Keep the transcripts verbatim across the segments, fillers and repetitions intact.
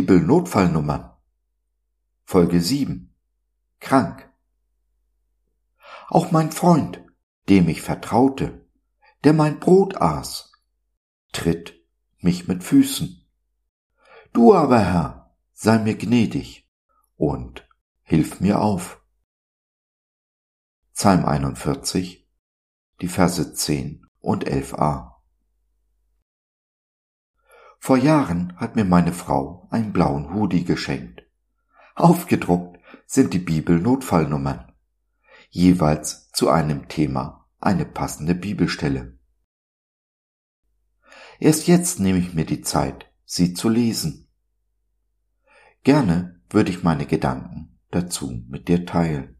Bibel-Notfallnummern. Folge sieben. Krank. Auch mein Freund, dem ich vertraute, der mein Brot aß, tritt mich mit Füßen. Du aber, Herr, sei mir gnädig und hilf mir auf. Psalm einundvierzig, die Verse zehn und elf a. Vor Jahren hat mir meine Frau einen blauen Hoodie geschenkt. Aufgedruckt sind die Bibel-Notfallnummern, jeweils zu einem Thema eine passende Bibelstelle. Erst jetzt nehme ich mir die Zeit, sie zu lesen. Gerne würde ich meine Gedanken dazu mit dir teilen.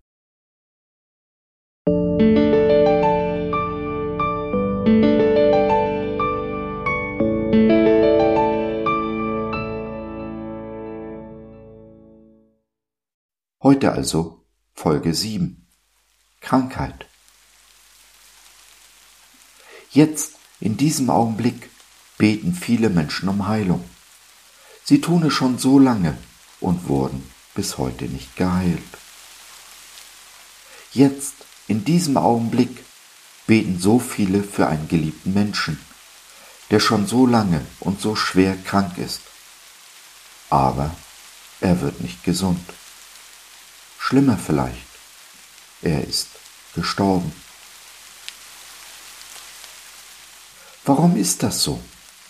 Heute also Folge sieben. Krankheit. Jetzt, in diesem Augenblick, beten viele Menschen um Heilung. Sie tun es schon so lange und wurden bis heute nicht geheilt. Jetzt, in diesem Augenblick, beten so viele für einen geliebten Menschen, der schon so lange und so schwer krank ist. Aber er wird nicht gesund. Schlimmer vielleicht, er ist gestorben. Warum ist das so?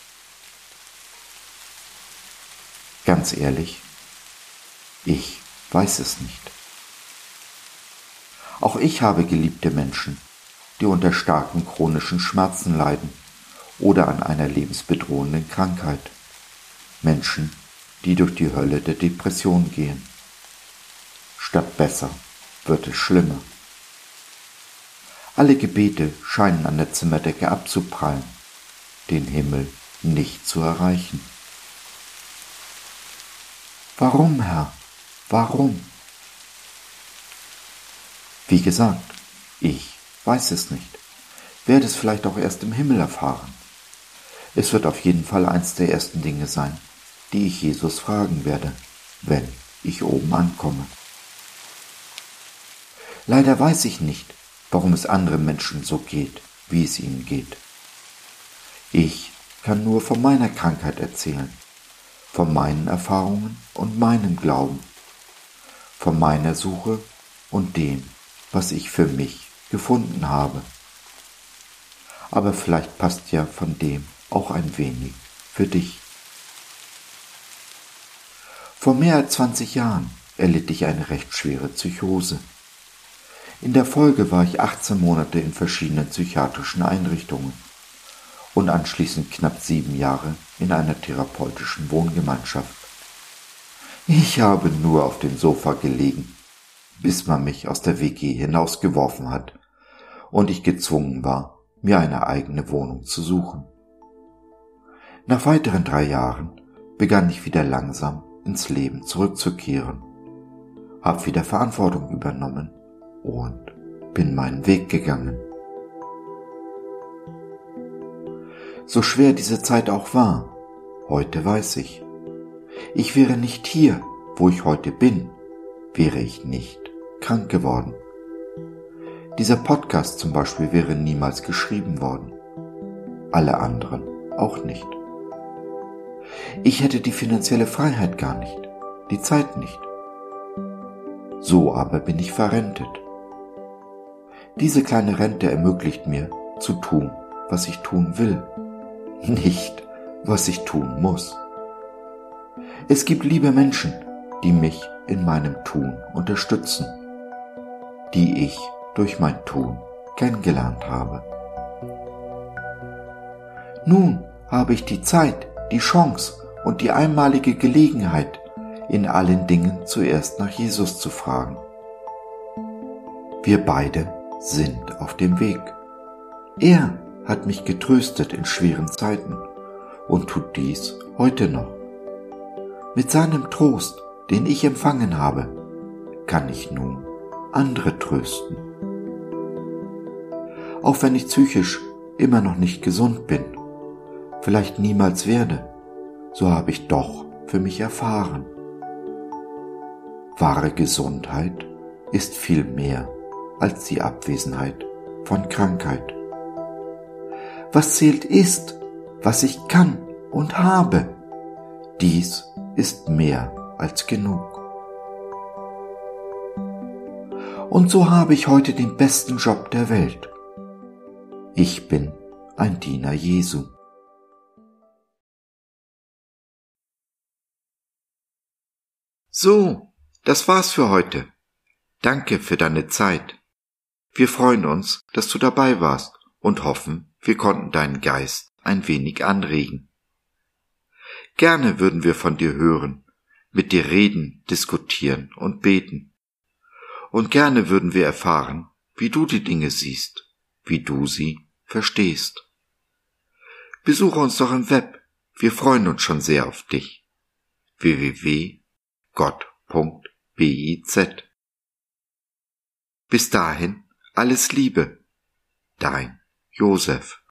Ganz ehrlich, ich weiß es nicht. Auch ich habe geliebte Menschen, die unter starken chronischen Schmerzen leiden oder an einer lebensbedrohenden Krankheit. Menschen, die durch die Hölle der Depression gehen. Statt besser wird es schlimmer. Alle Gebete scheinen an der Zimmerdecke abzuprallen, den Himmel nicht zu erreichen. Warum, Herr? Warum? Wie gesagt, ich weiß es nicht, werde es vielleicht auch erst im Himmel erfahren. Es wird auf jeden Fall eins der ersten Dinge sein, die ich Jesus fragen werde, wenn ich oben ankomme. Leider weiß ich nicht, warum es anderen Menschen so geht, wie es ihnen geht. Ich kann nur von meiner Krankheit erzählen, von meinen Erfahrungen und meinem Glauben, von meiner Suche und dem, was ich für mich gefunden habe. Aber vielleicht passt ja von dem auch ein wenig für dich. Vor mehr als zwanzig Jahren erlitt ich eine recht schwere Psychose. In der Folge war ich achtzehn Monate in verschiedenen psychiatrischen Einrichtungen und anschließend knapp sieben Jahre in einer therapeutischen Wohngemeinschaft. Ich habe nur auf dem Sofa gelegen, bis man mich aus der W G hinausgeworfen hat und ich gezwungen war, mir eine eigene Wohnung zu suchen. Nach weiteren drei Jahren begann ich wieder langsam ins Leben zurückzukehren, habe wieder Verantwortung übernommen und bin meinen Weg gegangen. So schwer diese Zeit auch war, heute weiß ich, ich wäre nicht hier, wo ich heute bin, wäre ich nicht krank geworden. Dieser Podcast zum Beispiel wäre niemals geschrieben worden. Alle anderen auch nicht. Ich hätte die finanzielle Freiheit gar nicht, die Zeit nicht. So aber bin ich verrentet. Diese kleine Rente ermöglicht mir, zu tun, was ich tun will, nicht, was ich tun muss. Es gibt liebe Menschen, die mich in meinem Tun unterstützen, die ich durch mein Tun kennengelernt habe. Nun habe ich die Zeit, die Chance und die einmalige Gelegenheit, in allen Dingen zuerst nach Jesus zu fragen. Wir beide sind auf dem Weg. Er hat mich getröstet in schweren Zeiten und tut dies heute noch. Mit seinem Trost, den ich empfangen habe, kann ich nun andere trösten. Auch wenn ich psychisch immer noch nicht gesund bin, vielleicht niemals werde, so habe ich doch für mich erfahren. Wahre Gesundheit ist viel mehr als die Abwesenheit von Krankheit. Was zählt ist, was ich kann und habe. Dies ist mehr als genug. Und so habe ich heute den besten Job der Welt. Ich bin ein Diener Jesu. So, das war's für heute. Danke für deine Zeit. Wir freuen uns, dass du dabei warst und hoffen, wir konnten deinen Geist ein wenig anregen. Gerne würden wir von dir hören, mit dir reden, diskutieren und beten. Und gerne würden wir erfahren, wie du die Dinge siehst, wie du sie verstehst. Besuche uns doch im Web, wir freuen uns schon sehr auf dich. w w w punkt gott punkt biz. Bis dahin alles Liebe, dein Josef.